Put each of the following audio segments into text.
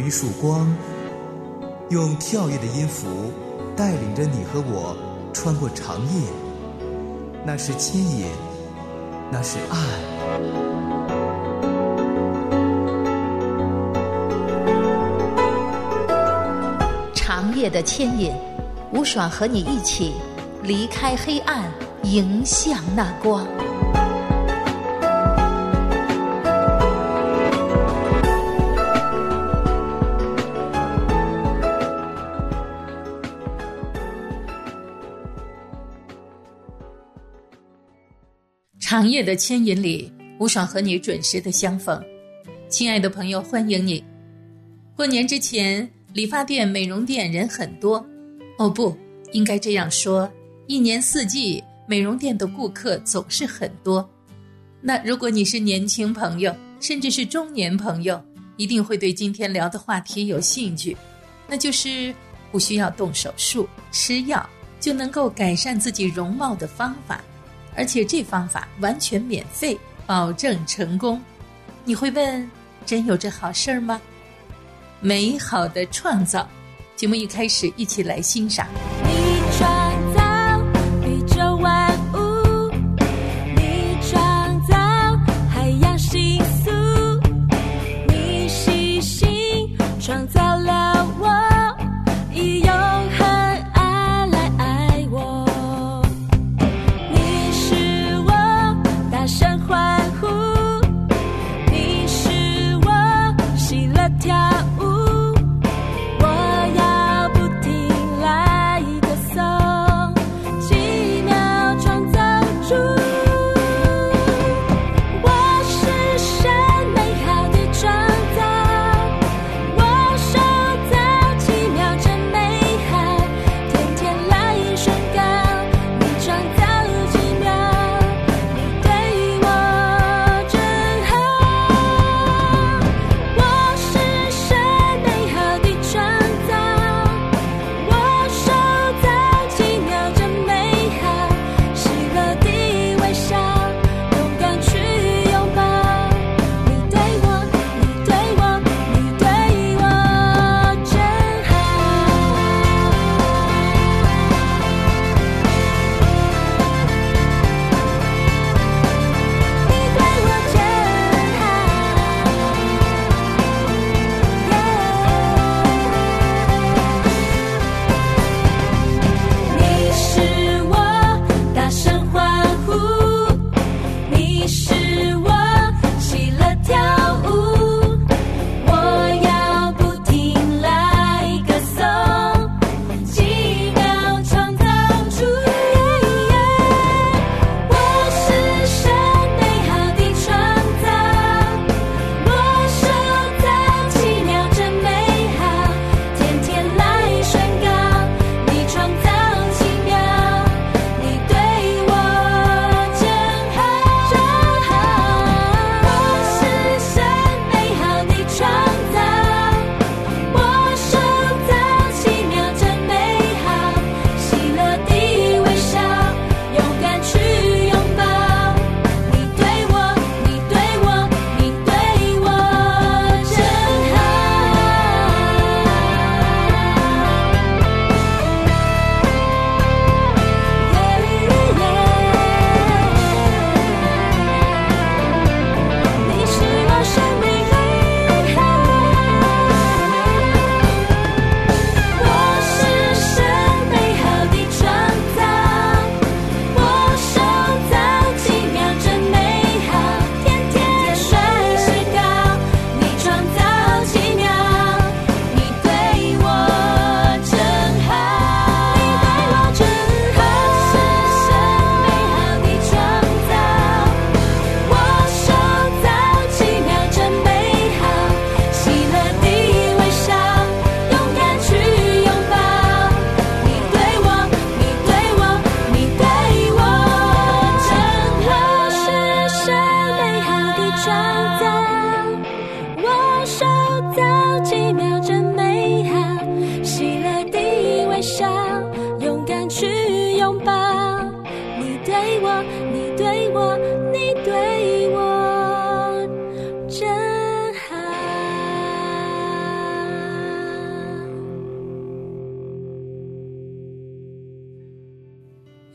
一束光，用跳跃的音符带领着你和我穿过长夜。那是牵引，那是爱。 长夜的牵引，吴爽和你一起离开黑暗，迎向那光。长夜的牵引里，吴爽和你准时的相逢。亲爱的朋友，欢迎你。过年之前，理发店、美容店人很多。哦不，应该这样说，一年四季，美容店的顾客总是很多。那如果你是年轻朋友，甚至是中年朋友，一定会对今天聊的话题有兴趣，那就是不需要动手术、吃药就能够改善自己容貌的方法。而且这方法完全免费，保证成功。你会问，真有这好事吗？美好的创造，节目一开始一起来欣赏。 你创造宇宙万物，你创造海洋星宿，你细心创造了我，以永恒爱来爱我。你是我大声欢呼，你是我喜乐跳舞，我要不停来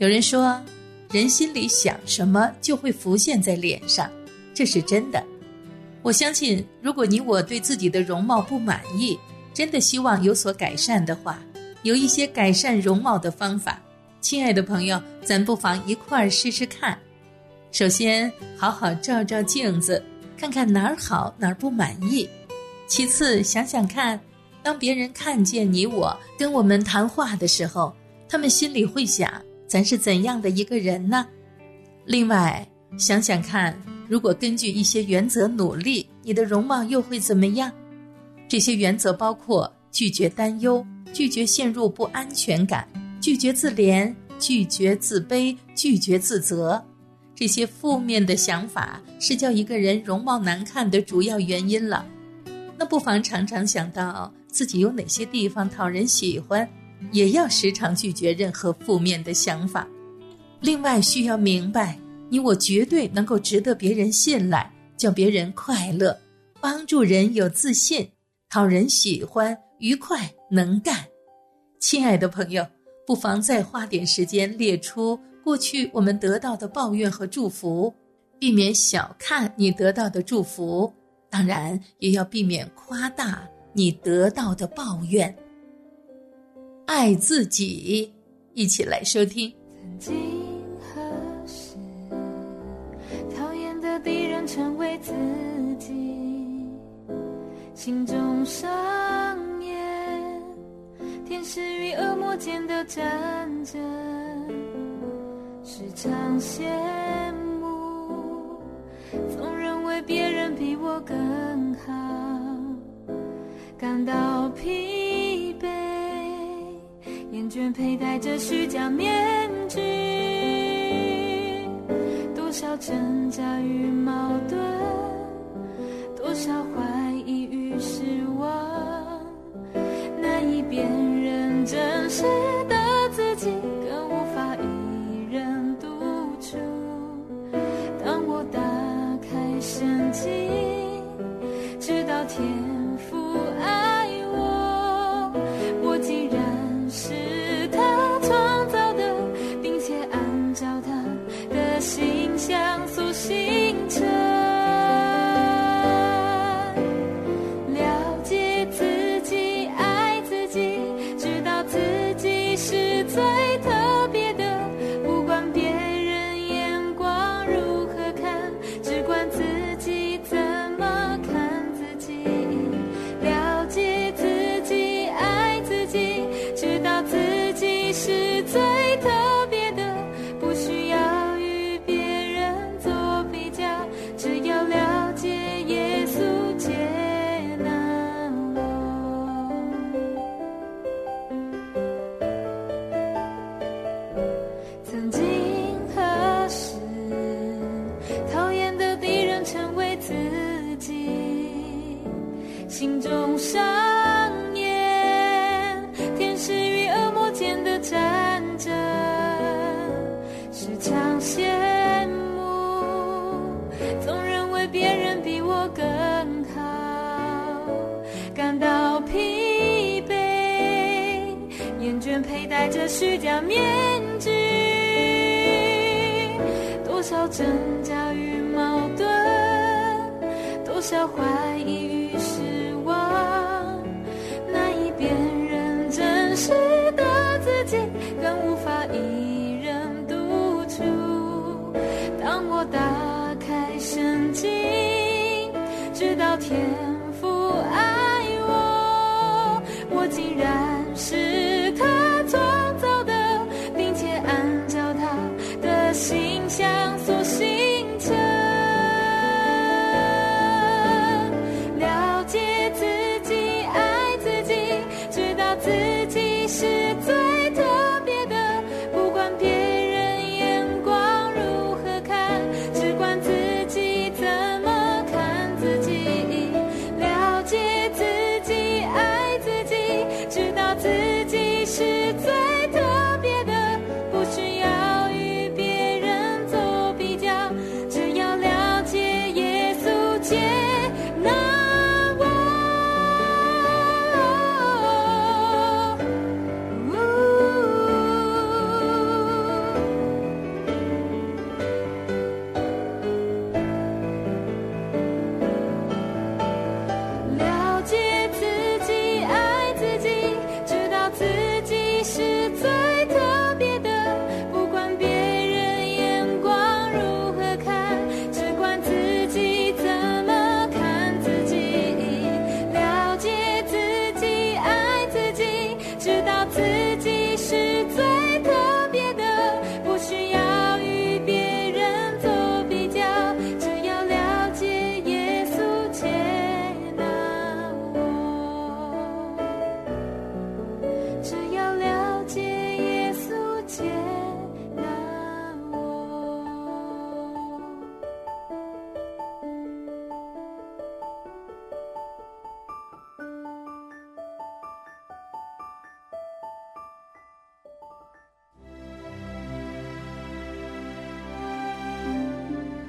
有人说，人心里想什么就会浮现在脸上，这是真的。我相信，如果你我对自己的容貌不满意，真的希望有所改善的话，有一些改善容貌的方法，亲爱的朋友，咱不妨一块儿试试看。首先，好好照照镜子，看看哪儿好，哪儿不满意。其次，想想看，当别人看见你我跟我们谈话的时候，他们心里会想，咱是怎样的一个人呢？另外，想想看，如果根据一些原则努力，你的容貌又会怎么样？这些原则包括拒绝担忧，拒绝陷入不安全感，拒绝自怜，拒绝自卑，拒绝自责。这些负面的想法是叫一个人容貌难看的主要原因了。那不妨常常想到自己有哪些地方讨人喜欢，也要时常拒绝任何负面的想法。另外需要明白，你我绝对能够值得别人信赖，叫别人快乐，帮助人有自信，讨人喜欢，愉快，能干。亲爱的朋友，不妨再花点时间列出过去我们得到的抱怨和祝福，避免小看你得到的祝福，当然也要避免夸大你得到的抱怨。爱自己，一起来收听。 曾经何时，讨厌的敌人成为自己，心中上演天使与恶魔间的战争，时常羡慕，总认为别人比我更好，感到疲惫，厌倦佩戴着虚假面具，多少挣扎与矛盾，多少怀疑与失望，难以辨认真实的自己，更无法一人独处。当我打开圣经，直到天父爱我，我既然是他创造的，并且按照他的形象所形成。了解自己，爱自己，知道自己是最特别的，不管别人眼光如何看，只管自己怎么看自己。了解自己，爱自己，知道自己是最特别的，不需要与别人做比较，只要了解耶稣接纳我。曾经何时，讨厌的敌人成为自己，心中上演天使与恶魔间的战争，时常羡慕，总认为别人比我更好，感到疲惫，厌倦佩戴着虚假面具，多少挣扎与矛盾，多少怀疑与失望，难以辨认真实的自己，更无法一人独处。当我打开圣经，直到天父爱我，我竟然是他创造的，并且按照他的形象所形成。了解自己，爱自己，知道自己是最特别的，不管别人眼光如何看，只管自己怎么看自己。了解自己，爱自己，知道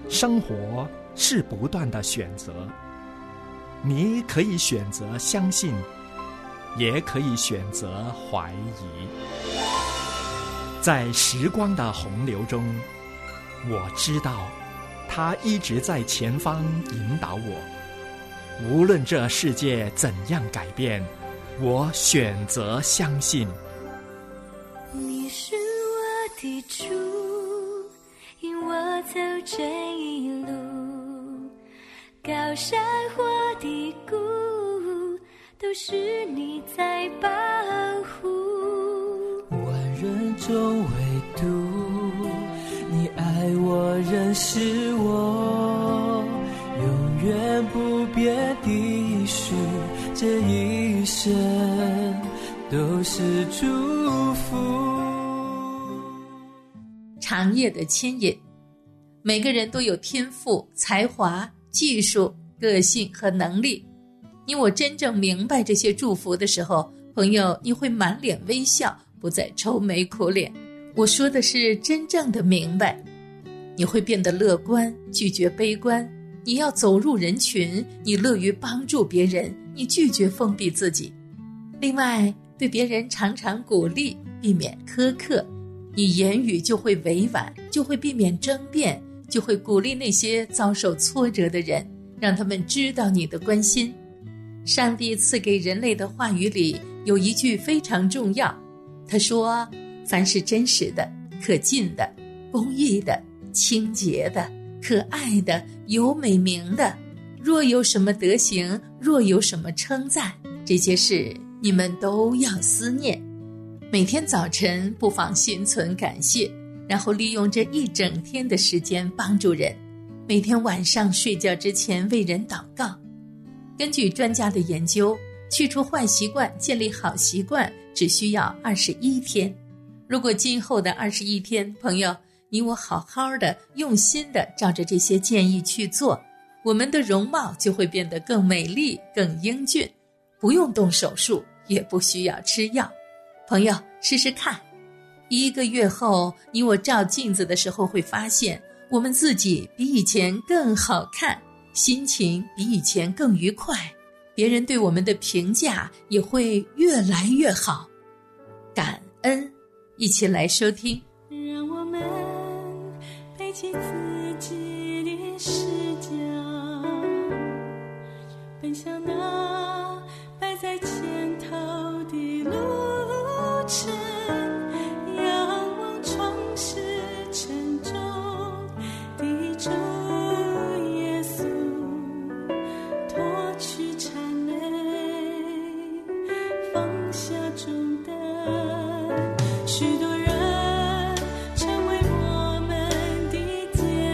生活是不断的选择，你可以选择相信，也可以选择怀疑。在时光的洪流中，我知道他一直在前方引导我。无论这世界怎样改变，我选择相信。 你是我的主，引我走这一路，高山或低谷，都是你在保护。 万人中唯独你爱我，认识我，永远不变的是这一生都是祝福。 长夜的牵引，每个人都有天赋、才华、技术、个性和能力。你我真正明白这些祝福的时候，朋友，你会满脸微笑，不再愁眉苦脸。我说的是真正的明白。你会变得乐观，拒绝悲观。你要走入人群，你乐于帮助别人，你拒绝封闭自己。另外，对别人常常鼓励，避免苛刻。你言语就会委婉，就会避免争辩，就会鼓励那些遭受挫折的人，让他们知道你的关心。上帝赐给人类的话语里有一句非常重要，他说：凡是真实的、可信的、公义的、清洁的、可爱的、有美名的，若有什么德行，若有什么称赞，这些事你们都要思念。每天早晨不妨心存感谢，然后利用这一整天的时间帮助人。每天晚上睡觉之前为人祷告。根据专家的研究，去除坏习惯，建立好习惯，只需要21天。如果今后的21天，朋友，你我好好的、用心的照着这些建议去做，我们的容貌就会变得更美丽、更英俊，不用动手术，也不需要吃药。朋友，试试看。1个月后，你我照镜子的时候会发现，我们自己比以前更好看，心情比以前更愉快，别人对我们的评价也会越来越好。感恩，一起来收听。 让我们背起自己的视角，奔向那摆在前头的路程，仰望创世沉重的主耶稣，脱去谄媚，放下重担。许多人成为我们的见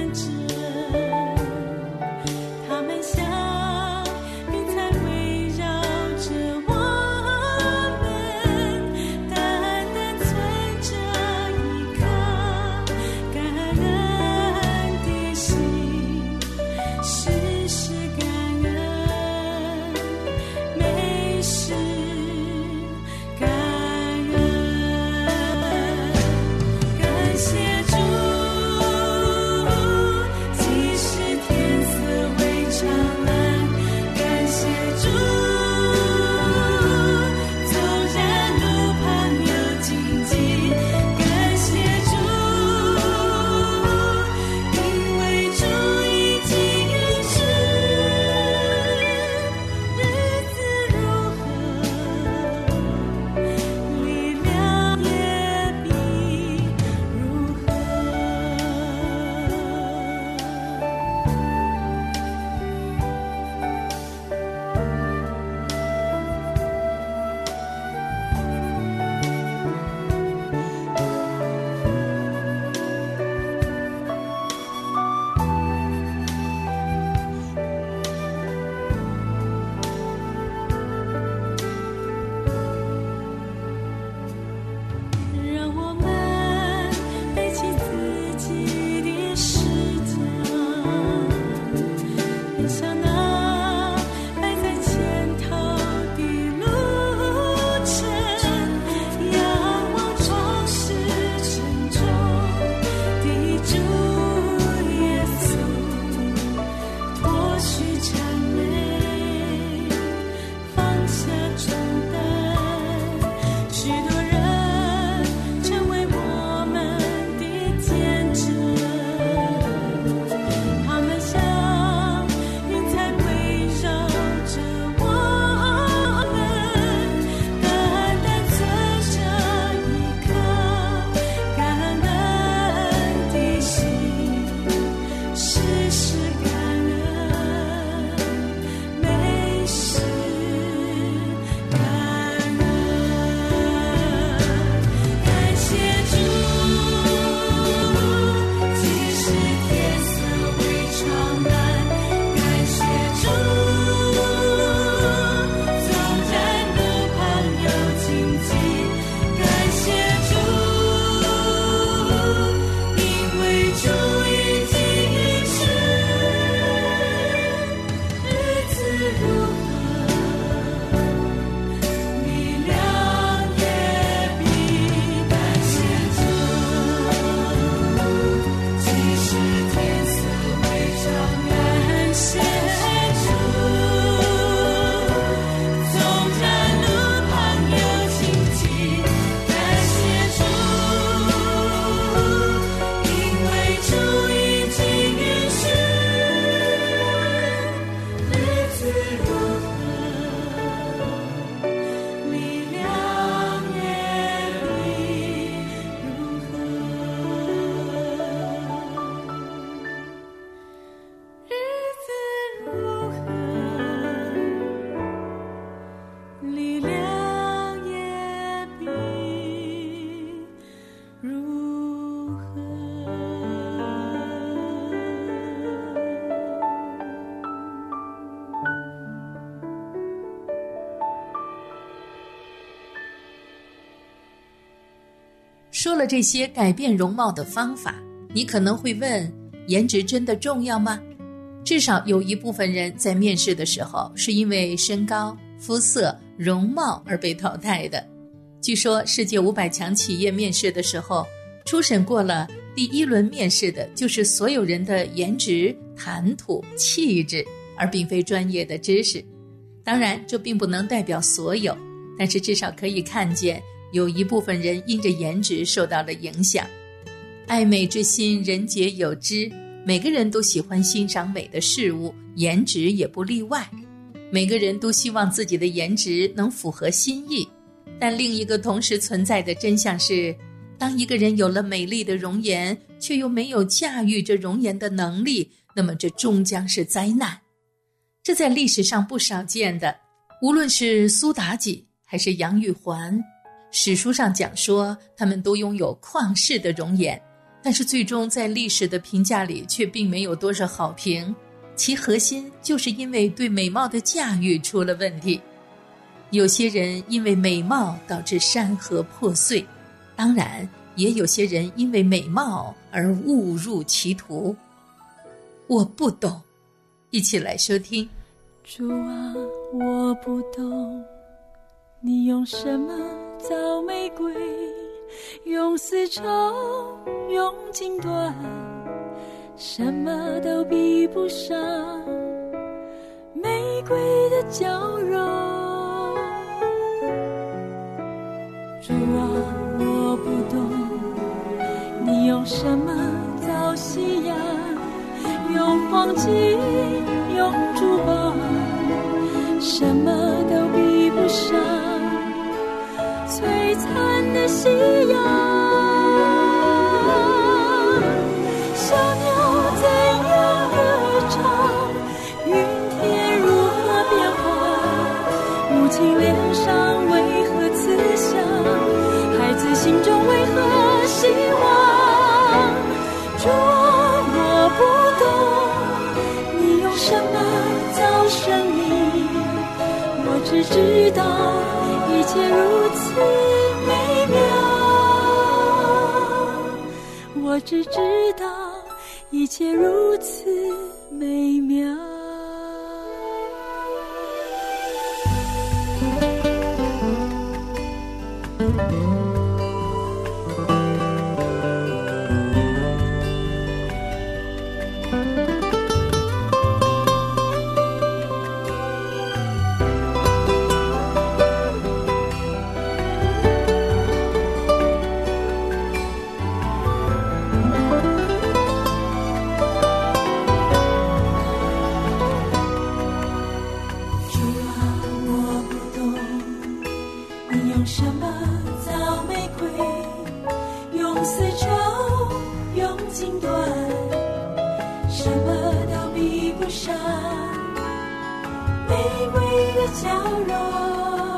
说了这些改变容貌的方法，你可能会问，颜值真的重要吗？至少有一部分人在面试的时候是因为身高、肤色、容貌而被淘汰的。据说世界500强企业面试的时候，初审过了第1轮面试的就是所有人的颜值、谈吐、气质，而并非专业的知识。当然，这并不能代表所有，但是至少可以看见有一部分人因着颜值受到了影响。爱美之心，人皆有之，每个人都喜欢欣赏美的事物，颜值也不例外。每个人都希望自己的颜值能符合心意，但另一个同时存在的真相是，当一个人有了美丽的容颜，却又没有驾驭这容颜的能力，那么这终将是灾难。这在历史上不少见的，无论是苏妲己还是杨玉环，史书上讲说他们都拥有旷世的容颜，但是最终在历史的评价里却并没有多少好评，其核心就是因为对美貌的驾驭出了问题。有些人因为美貌导致山河破碎，当然也有些人因为美貌而误入歧途。我不懂，一起来收听。 主啊，我不懂，你用什么造玫瑰，用丝绸，用金缎，什么都比不上玫瑰的娇柔。主啊，我不懂，你用什么造夕阳，用黄金，用珠宝，什么都比不上璀璨的夕阳。小鸟怎样歌唱，云天如何变化，母亲脸上为何慈祥，孩子心中为何希望。主啊，我不懂，你用什么造生命，我只知道一切如此美妙，我只知道一切如此美妙。 上卑微的角落。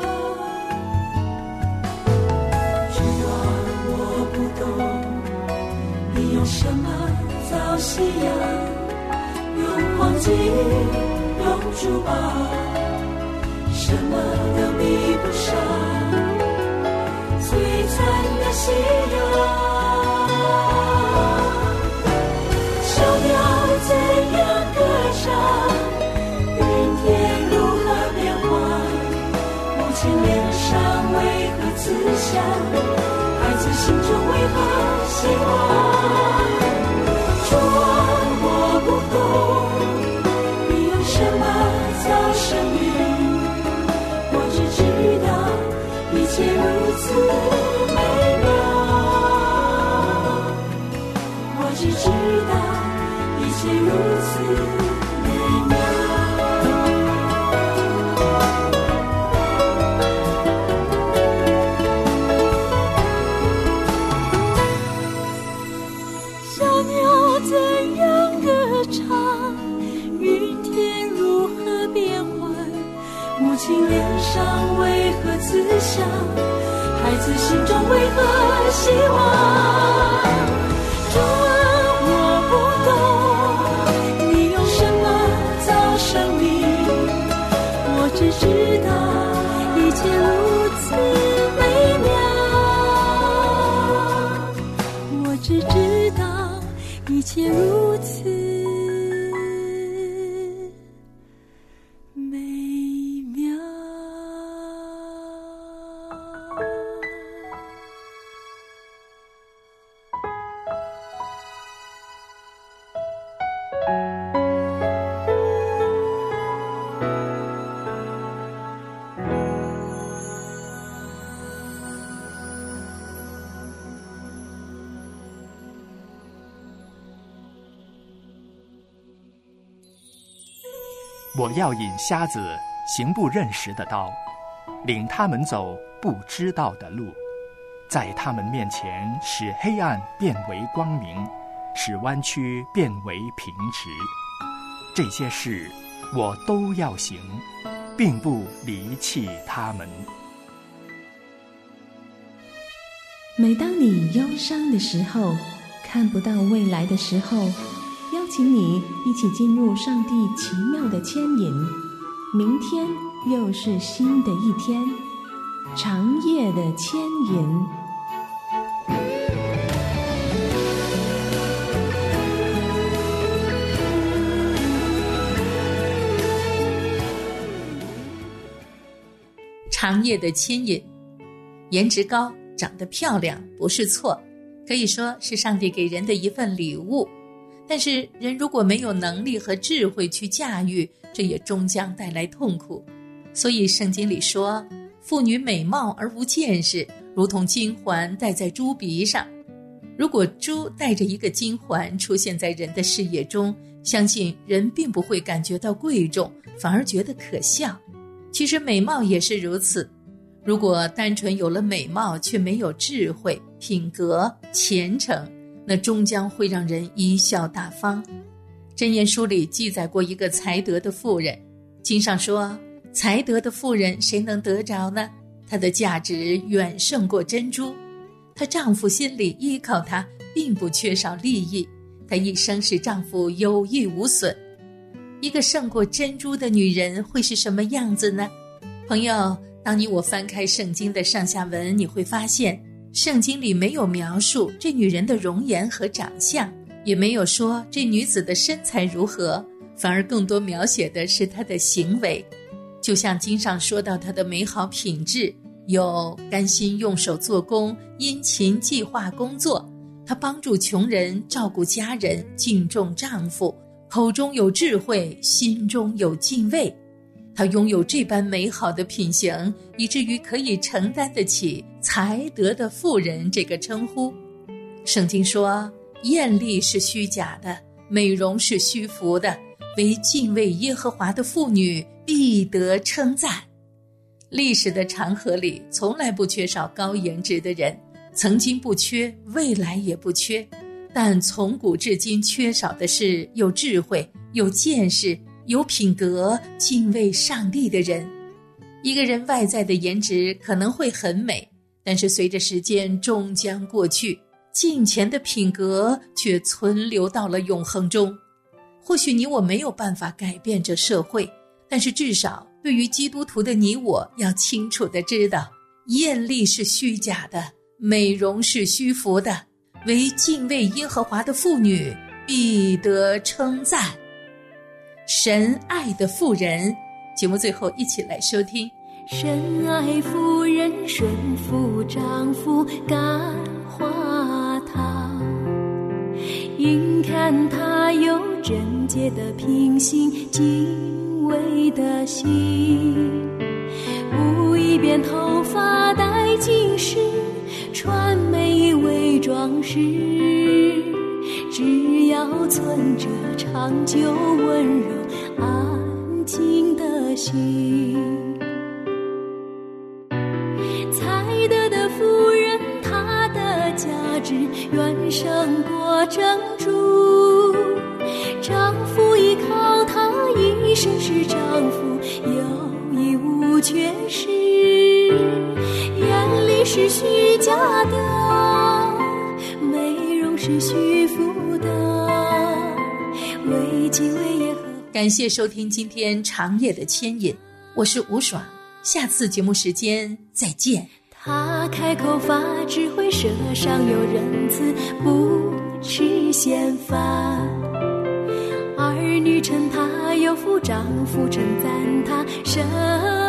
主啊，我不懂你用什么造夕阳，用黄金，用珠宝，什么都比不上璀璨的夕阳。小鸟怎样歌唱，云天如何变幻，母亲脸上为何慈祥，孩子心中为何希望。主啊，我不懂你用什么造生命，我只知道一切如此美妙，我只知道一切如此美妙。小鸟怎样歌唱，云天如何变幻，母亲脸上为何慈祥，孩子心中为何希望。主啊，我不懂你用什么造生命，我只知道一切如此美妙，我只知道一切如此美妙。 我要引瞎子行不认识的道，领他们走不知道的路，在他们面前使黑暗变为光明，使弯曲变为平直。这些事我都要行，并不离弃他们。 每当你忧伤的时候，看不到未来的时候，邀请你一起进入上帝奇妙的牵引。明天又是新的一天，长夜的牵引。 长夜的牵引，颜值高，长得漂亮不是错，可以说是上帝给人的一份礼物。但是人如果没有能力和智慧去驾驭，这也终将带来痛苦。所以圣经里说，妇女美貌而无见识，如同金环戴在猪鼻上。如果猪带着一个金环出现在人的视野中，相信人并不会感觉到贵重，反而觉得可笑。其实美貌也是如此，如果单纯有了美貌却没有智慧、品格、虔诚，那终将会让人贻笑大方。箴言书里记载过一个才德的妇人，经上说，才德的妇人谁能得着呢？她的价值远胜过珍珠。她丈夫心里依靠她，并不缺少利益，她一生使丈夫有益无损。一个胜过珍珠的女人会是什么样子呢？朋友，当你我翻开圣经的上下文，你会发现圣经里没有描述这女人的容颜和长相，也没有说这女子的身材如何，反而更多描写的是她的行为。就像经上说到她的美好品质，有甘心用手做工，殷勤计划工作，她帮助穷人，照顾家人，敬重丈夫，口中有智慧，心中有敬畏。她拥有这般美好的品行，以至于可以承担得起才德的妇人这个称呼。圣经说，艳丽是虚假的，美容是虚浮的，唯敬畏耶和华的妇女必得称赞。历史的长河里从来不缺少高颜值的人，曾经不缺，未来也不缺，但从古至今缺少的是有智慧、 有见识、有品格、敬畏上帝的人。一个人外在的颜值可能会很美，但是随着时间终将过去，敬虔的品格却存留到了永恒中。或许你我没有办法改变这社会，但是至少对于基督徒的你我要清楚地知道，艳丽是虚假的，美容是虚浮的，唯敬畏耶和华的妇女必得称赞。神爱的妇人，节目最后一起来收听。 神爱妇人，顺服丈夫，感化他，因看他有贞洁的品行，敬畏的心，不以编头发戴金饰，穿美衣为装饰，只要存着长久温柔安静的心。才德的妇人，她的价值远胜过珍珠，丈夫依靠她一生是丈夫有益无缺失，艳丽是虚假的，美容是虚浮的，为敬畏耶和华。 感谢收听今天长夜的牵引，我是吴爽，下次节目时间再见。 他开口发智慧，舌上有仁慈，不吃闲饭，儿女称他有福，丈夫称赞他神